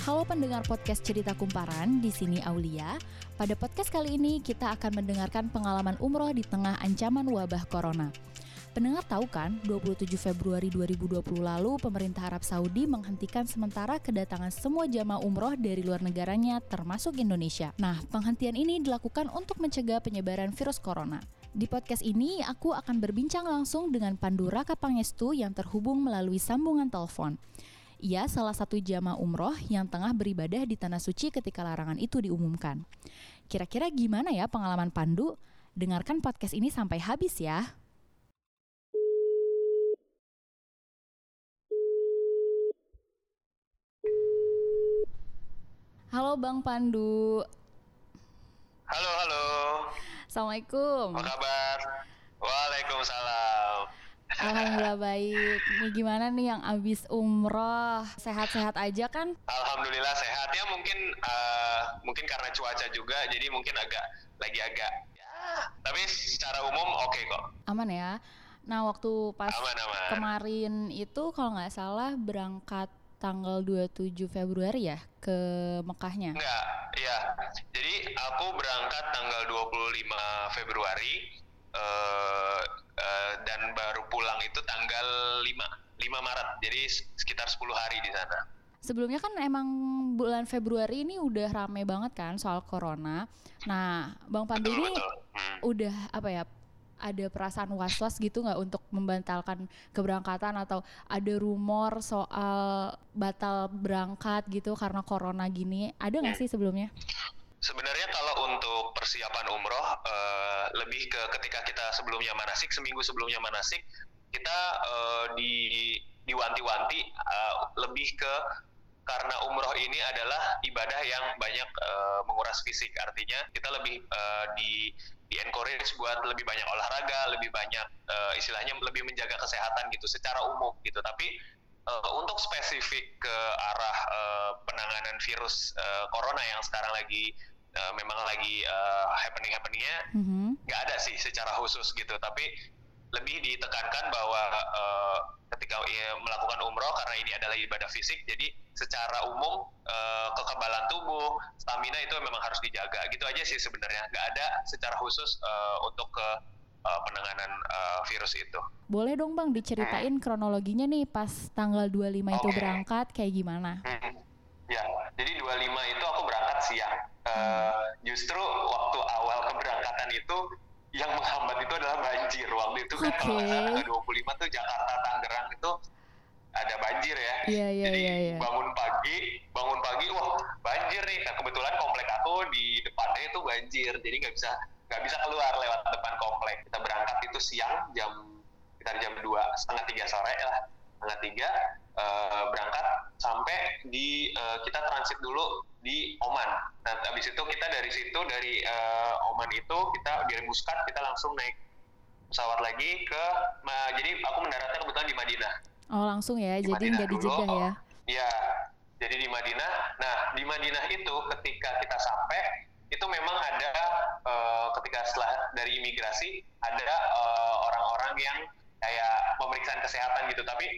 Halo pendengar podcast Cerita Kumparan, di sini Aulia. Pada podcast kali ini kita akan mendengarkan pengalaman umroh di tengah ancaman wabah corona. Pendengar tahu kan, 27 Februari 2020 lalu pemerintah Arab Saudi menghentikan sementara kedatangan semua jamaah umroh dari luar negaranya termasuk Indonesia. Nah, penghentian ini dilakukan untuk mencegah penyebaran virus corona. Di podcast ini, aku akan berbincang langsung dengan Pandu Raka Pangestu yang terhubung melalui sambungan telepon. Ia salah satu jamaah umroh yang tengah beribadah di Tanah Suci ketika larangan itu diumumkan. Kira-kira gimana ya pengalaman Pandu? Dengarkan podcast ini sampai habis ya. Halo Bang Pandu. Halo. Assalamualaikum. Apa kabar? Waalaikumsalam. Alhamdulillah baik. Nih gimana nih yang abis umroh? Sehat-sehat aja kan? Alhamdulillah sehat ya, mungkin karena cuaca juga, jadi mungkin agak ya, tapi secara umum oke kok. Aman ya. Nah waktu pas Aman. kemarin itu kalau nggak salah berangkat tanggal 27 Februari ya ke Mekahnya? Enggak, ya. Jadi aku berangkat tanggal 25 Februari dan baru pulang itu tanggal 5 Maret. Jadi sekitar 10 hari di sana. Sebelumnya kan emang bulan Februari ini udah rame banget kan soal corona. Nah, Bang Pandu ini udah ada perasaan was-was gitu nggak untuk membatalkan keberangkatan atau ada rumor soal batal berangkat gitu karena corona gini? Ada nggak sih sebelumnya? Sebenarnya kalau untuk persiapan umroh lebih ke ketika kita seminggu sebelumnya manasik, kita diwanti-wanti lebih ke karena umroh ini adalah ibadah yang banyak menguras fisik, artinya kita lebih di encourage buat lebih banyak olahraga, lebih banyak istilahnya lebih menjaga kesehatan gitu secara umum gitu. Tapi untuk spesifik ke arah penanganan virus corona yang sekarang memang lagi happeningnya, nggak ada sih secara khusus gitu. Tapi lebih ditekankan bahwa ketika melakukan umroh, karena ini adalah ibadah fisik, jadi secara umum kekebalan tubuh, stamina itu memang harus dijaga. Gitu aja sih sebenarnya, nggak ada secara khusus untuk ke penanganan virus itu. Boleh dong Bang diceritain kronologinya nih pas tanggal 25 itu berangkat kayak gimana? Ya, jadi 25 itu aku berangkat siang. Justru waktu awal keberangkatan itu yang menghambat itu adalah banjir. Waktu itu kan kalau nggak salah 25 tuh Jakarta Tangerang itu ada banjir ya. Jadi bangun pagi, wah banjir nih. Nah, kebetulan komplek aku di depannya itu banjir, jadi nggak bisa keluar lewat depan komplek. Kita berangkat itu siang sekitar jam 2:30 sore lah, 2:30 berangkat sampai kita transit dulu di Oman. Nah, habis itu kita dari Oman itu kita dari Muscat kita langsung naik pesawat lagi jadi aku mendaratnya kebetulan di Madinah. Oh, langsung ya. Jadi nggak di Jeddah ya? Iya. Jadi di Madinah. Nah, di Madinah itu ketika kita sampai itu memang ada ketika setelah dari imigrasi ada orang-orang yang kayak pemeriksaan kesehatan gitu, tapi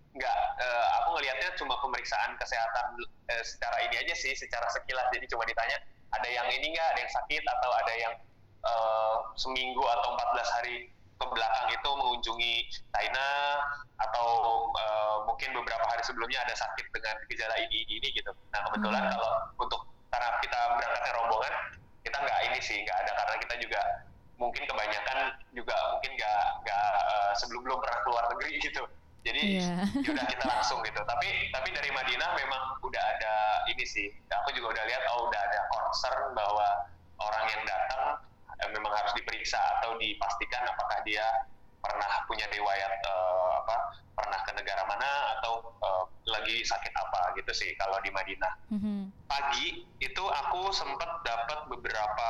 aku ngelihatnya cuma pemeriksaan kesehatan secara ini aja sih, secara sekilas. Jadi cuma ditanya ada yang ini nggak, ada yang sakit atau ada yang seminggu atau 14 hari ke belakang itu mengunjungi China atau mungkin beberapa hari sebelumnya ada sakit dengan gejala ini gitu. Nah, kebetulan kalau karena kita berangkatnya rombongan, kita nggak ada, karena kita juga mungkin kebanyakan juga mungkin nggak sebelum belum pernah keluar negeri gitu. Jadi udah kita langsung gitu. Tapi dari Madinah memang udah ada ini sih. Aku juga udah lihat udah ada concern bahwa orang yang datang memang harus diperiksa atau dipastikan apakah dia pernah punya riwayat pernah ke negara mana atau lagi sakit apa gitu sih kalau di Madinah. Pagi itu aku sempat dapat beberapa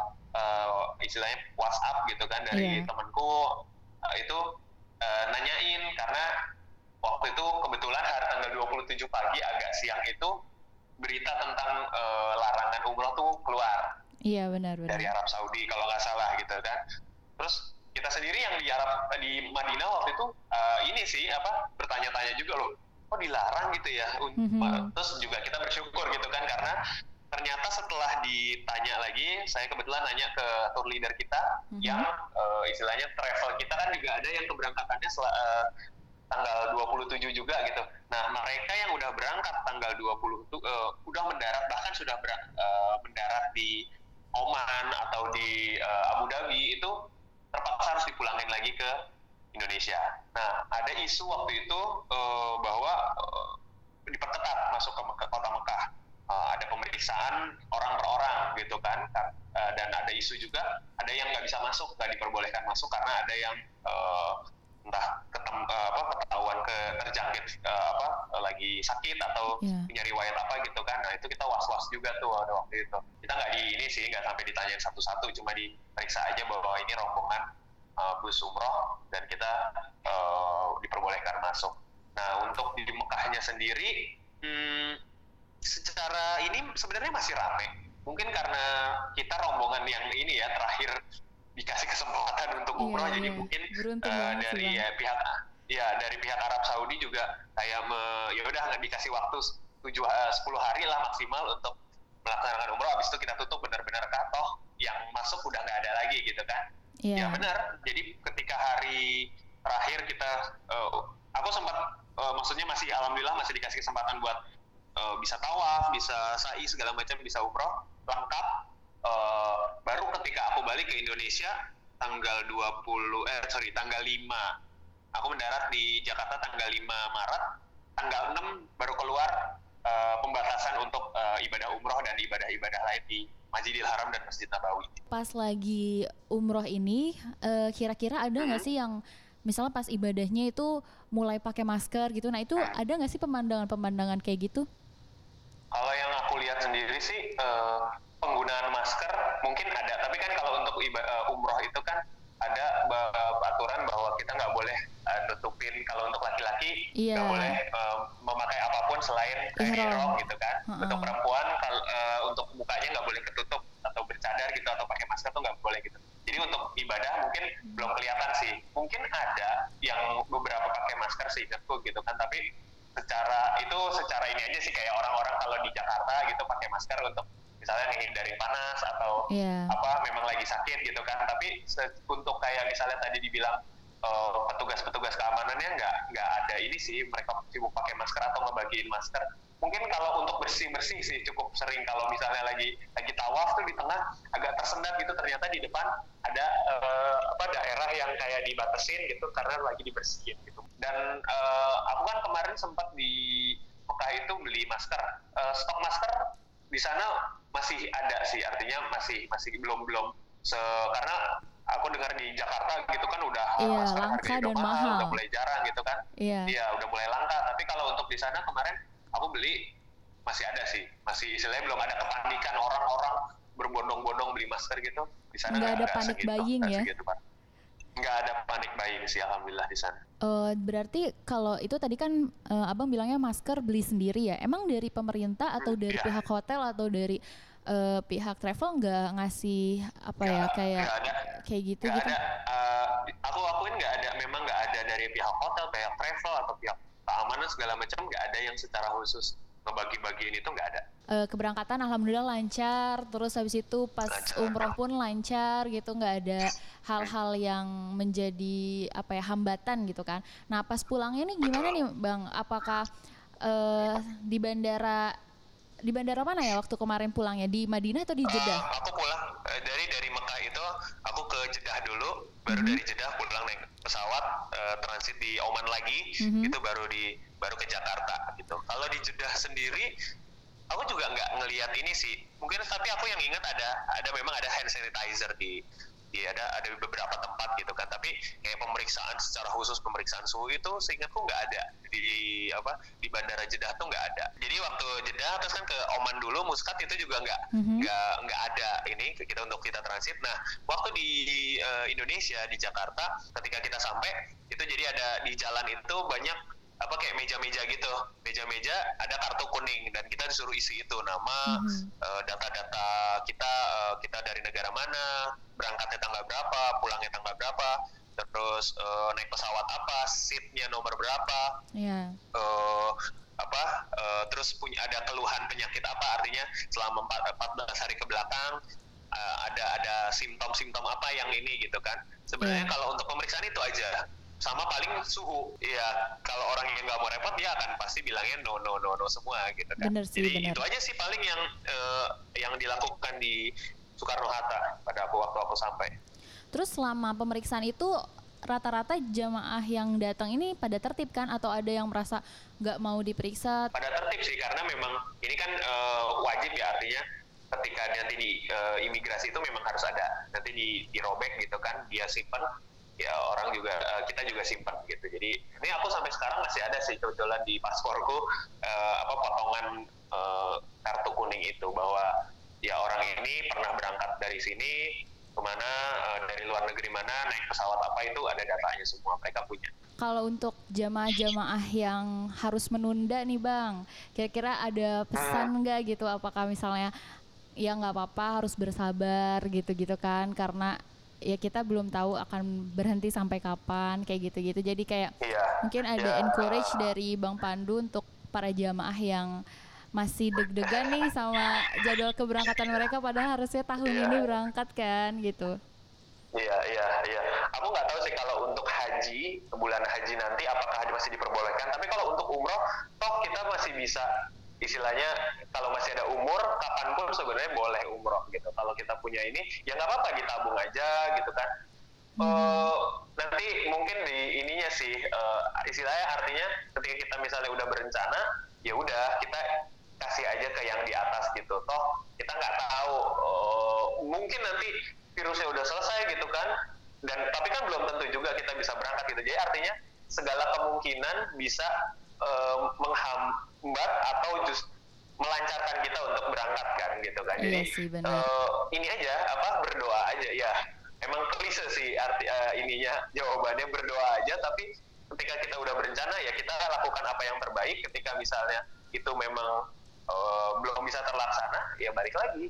istilahnya WhatsApp gitu kan dari temanku itu nanyain, karena waktu itu kebetulan hari tanggal 27 pagi agak siang itu berita tentang larangan umroh tuh keluar. Iya benar. Dari Arab Saudi kalau nggak salah gitu kan. Terus kita sendiri yang di Madinah waktu itu ini sih bertanya-tanya juga loh, oh dilarang gitu ya. Terus juga kita bersyukur gitu kan, karena ternyata setelah ditanya lagi, saya kebetulan nanya ke tour leader kita yang istilahnya travel kita kan juga ada yang keberangkatannya tanggal 27 juga gitu. Nah, mereka yang udah berangkat tanggal 20 itu udah mendarat, bahkan sudah mendarat di Oman atau di Abu Dhabi, itu terpaksa harus dipulangin lagi ke Indonesia. Nah, ada isu waktu itu bahwa diperketat masuk ke kota Mekah. Ada pemeriksaan orang per orang gitu kan, dan ada isu juga ada yang nggak bisa masuk, nggak diperbolehkan masuk karena ada yang entah ketahuan terjangkit lagi sakit atau punya riwayat apa gitu kan. Nah, itu kita was-was juga tuh waktu itu. Kita nggak sampai ditanyain satu-satu, cuma diperiksa aja bahwa ini rombongan bus umroh dan kita diperbolehkan masuk. Nah, untuk di Mekahnya sendiri secara ini sebenarnya masih ramai. Mungkin karena kita rombongan yang ini ya terakhir dikasih kesempatan untuk umroh, jadi mungkin dari pihak Arab Saudi juga kayak ya udah nggak dikasih waktu 10 hari lah maksimal untuk melaksanakan umroh. Habis itu kita tutup benar-benar katoh, yang masuk udah nggak ada lagi gitu kan. Ya benar. Jadi ketika hari terakhir kita aku sempat maksudnya masih alhamdulillah masih dikasih kesempatan buat bisa tawaf, bisa sa'i segala macam, bisa umroh lengkap. Baru ketika aku balik ke Indonesia tanggal 5 aku mendarat di Jakarta tanggal 5 Maret, tanggal 6 baru keluar pembatasan untuk ibadah umroh dan ibadah-ibadah lain di Masjidil Haram dan Masjid Nabawi. Pas lagi umroh ini kira-kira ada nggak sih yang misalnya pas ibadahnya itu mulai pakai masker gitu, nah itu ada nggak sih pemandangan kayak gitu? Kalau yang aku lihat sendiri sih penggunaan masker mungkin ada, tapi kan kalau untuk umroh itu kan ada aturan bahwa kita nggak boleh nutupin, kalau untuk laki-laki nggak boleh memakai apapun selain ihram gitu kan. Untuk perempuan untuk mukanya nggak boleh ketutup atau bercadar gitu atau pakai masker tuh nggak boleh gitu. Jadi untuk ibadah mungkin belum kelihatan sih. Mungkin ada yang beberapa pakai masker seingatku gitu kan, tapi secara ini aja sih, kayak orang-orang kalau di Jakarta gitu pakai masker untuk misalnya menghindari panas atau memang lagi sakit gitu kan. Tapi untuk kayak misalnya tadi dibilang petugas-petugas keamanannya nggak ada ini sih, mereka sibuk pakai masker atau ngebagiin masker. Mungkin kalau untuk bersih-bersih sih cukup sering, kalau misalnya lagi tawaf tuh di tengah agak tersendat gitu, ternyata di depan ada daerah yang kayak dibatasin gitu karena lagi dibersihin gitu. Dan aku kan kemarin sempat di Mekah itu beli masker, stok masker di sana masih ada sih, artinya masih belum karena aku dengar di Jakarta gitu kan udah langka dan mahal, udah mulai jarang gitu kan. Iya, udah mulai langka. Tapi kalau untuk di sana kemarin aku beli masih ada sih, masih istilahnya belum ada kepanikan orang-orang berbondong-bondong beli masker gitu. Di sana nggak ada panic buying ya? Nggak ada panic buying sih, alhamdulillah di sana. Berarti kalau itu tadi kan abang bilangnya masker beli sendiri ya? Emang dari pemerintah atau dari pihak hotel atau dari pihak travel nggak ngasih kayak gitu? Nggak ada. Aku akuin nggak ada, memang nggak ada dari pihak hotel, pihak travel atau pihak keamanan segala macam, nggak ada yang secara khusus ngebagi-bagiin itu, nggak ada. Keberangkatan alhamdulillah lancar, terus habis itu pas umroh pun lancar gitu, nggak ada hal-hal yang menjadi hambatan gitu kan. Nah pas pulangnya nih gimana nih Bang? Apakah di bandara mana ya waktu kemarin pulangnya, di Madinah atau di Jeddah? Aku pulang dari Mekah itu aku ke Jeddah dulu, baru dari Jeddah pulang naik pesawat transit di Oman lagi, itu baru ke Jakarta gitu. Kalau di Jeddah sendiri aku juga nggak ngelihat ini sih, mungkin, tapi aku yang ingat memang ada hand sanitizer ada beberapa tempat gitu kan, tapi kayak pemeriksaan secara khusus, pemeriksaan suhu itu seingatku nggak ada di bandara Jeddah tuh nggak ada. Jadi waktu Jeddah terus kan ke Oman dulu, Muscat itu juga nggak ada ini untuk kita transit. Nah waktu di Indonesia di Jakarta ketika kita sampai itu, jadi ada di jalan itu banyak kayak meja-meja gitu, meja-meja ada kartu kuning dan kita disuruh isi itu nama, data kita dari negara mana, berangkatnya tanggal berapa, pulangnya tanggal berapa, terus naik pesawat apa, seatnya nomor berapa, terus ada keluhan penyakit apa, artinya selama 14 hari ke belakang ada simptom-simptom apa yang ini gitu kan. Sebenarnya kalau untuk pemeriksaan itu aja, sama paling suhu. Ya kalau orang yang nggak mau repot dia akan pasti bilangnya no semua gitu kan. Jadi itu aja sih paling yang dilakukan di Soekarno Hatta pada waktu aku sampai. Terus selama pemeriksaan itu rata-rata jamaah yang datang ini pada tertib kan, atau ada yang merasa nggak mau diperiksa? Pada tertib sih, karena memang ini kan wajib ya, artinya ketika nanti di imigrasi itu memang harus ada, nanti dirobek gitu kan, dia simpan, ya orang juga kita juga simpan gitu. Jadi ini aku sampai sekarang masih ada sih kebetulan di pasporku potongan kartu kuning itu, bahwa ya orang ini pernah berangkat dari sini kemana, dari luar negeri mana, naik pesawat apa, itu ada datanya semua, mereka punya. Kalau untuk jamaah-jamaah yang harus menunda nih Bang, kira-kira ada pesan nggak gitu? Apakah misalnya ya nggak apa-apa, harus bersabar gitu-gitu kan, karena ya kita belum tahu akan berhenti sampai kapan, kayak gitu-gitu. Jadi kayak mungkin ada encourage dari Bang Pandu untuk para jamaah yang masih deg-degan nih sama jadwal keberangkatan mereka, padahal harusnya tahun ini berangkat kan gitu. Iya. Aku nggak tahu sih kalau untuk haji, bulan haji nanti apakah masih diperbolehkan. Tapi kalau untuk umroh, toh kita masih bisa, istilahnya kalau masih ada umur, kapanpun sebenarnya boleh umroh gitu. Kalau kita punya ini, ya nggak apa-apa, ditabung aja gitu kan. Nanti mungkin di ininya sih, istilahnya artinya ketika kita misalnya udah berencana, ya udah kita kasih aja ke yang di atas gitu. Toh kita nggak tahu, mungkin nanti virusnya udah selesai gitu kan, dan tapi kan belum tentu juga kita bisa berangkat gitu. Jadi artinya segala kemungkinan bisa menghambat atau just melancarkan kita untuk berangkat kan gitu kan. Jadi ini aja berdoa aja ya. Emang klise sih ininya, jawabannya berdoa aja, tapi ketika kita udah berencana ya kita lakukan apa yang terbaik. Ketika misalnya itu memang belum bisa terlaksana, ya balik lagi,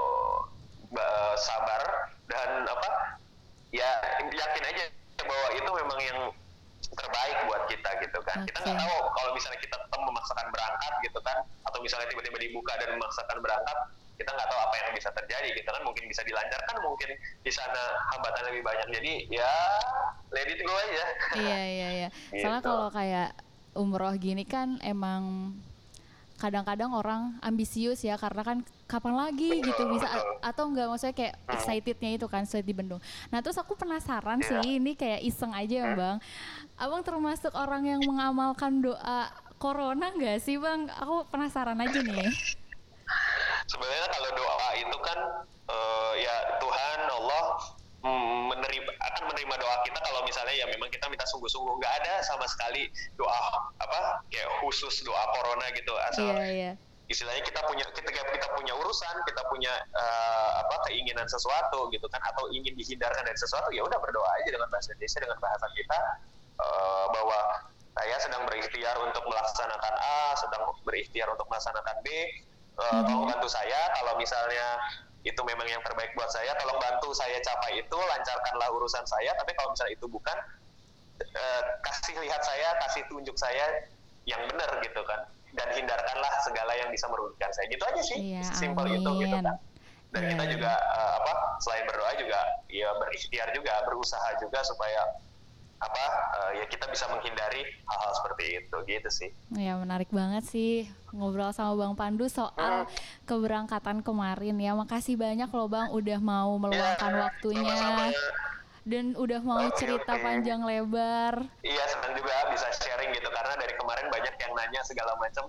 sabar dan ya yakin aja bahwa itu memang yang terbaik buat kita gitu kan. Kita nggak tahu kalau misalnya kita tetap memaksakan berangkat gitu kan, atau misalnya tiba-tiba dibuka dan memaksakan berangkat, kita nggak tahu apa yang bisa terjadi. Kita kan mungkin bisa dilancarkan, mungkin di sana hambatan lebih banyak. Jadi ya let it go aja. Iya. Soalnya kalau kayak umroh gini kan emang kadang-kadang orang ambisius ya, karena kan kapan lagi gitu bisa, atau enggak, maksudnya kayak excitednya itu kan sulit dibendung. Nah terus aku penasaran sih, ini kayak iseng aja ya Bang, Abang termasuk orang yang mengamalkan doa corona nggak sih Bang? Aku penasaran aja nih. Sebenarnya kalau doa itu kan ya Tuhan Allah akan menerima doa kita kalau misalnya ya memang kita minta sungguh-sungguh. Nggak ada sama sekali doa kayak khusus doa corona gitu, asal istilahnya ketika kita punya urusan, kita punya keinginan sesuatu gitu kan, atau ingin dihindarkan dari sesuatu, ya udah berdoa aja dengan bahasa Indonesia, dengan bahasa kita, bahwa saya sedang berikhtiar untuk melaksanakan A, sedang berikhtiar untuk melaksanakan B, tolong bantu saya kalau misalnya itu memang yang terbaik buat saya, tolong bantu saya capai itu, lancarkanlah urusan saya. Tapi kalau misalnya itu bukan, kasih lihat saya, kasih tunjuk saya yang benar gitu kan, dan hindarkanlah segala yang bisa merugikan saya. Gitu aja sih, simpel itu gitu kan. Dan kita juga selain berdoa juga ya berikhtiar juga, berusaha juga supaya ya kita bisa menghindari hal-hal seperti itu gitu sih. Ya menarik banget sih ngobrol sama Bang Pandu soal keberangkatan kemarin ya. Makasih banyak loh Bang udah mau meluangkan waktunya, sama-sama. Dan udah mau cerita panjang lebar. Iya, senang juga bisa sharing gitu, karena dari kemarin banyak yang nanya segala macam.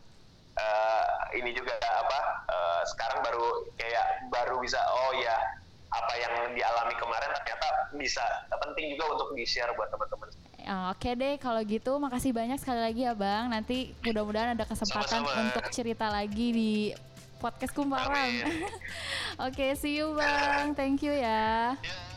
Ini juga sekarang baru bisa apa yang dialami kemarin ternyata bisa penting juga untuk di-share buat teman-teman. Oke deh kalau gitu, makasih banyak sekali lagi ya Bang. Nanti mudah-mudahan ada kesempatan untuk cerita lagi di podcast Kumparan. Oke, see you Bang. Thank you ya.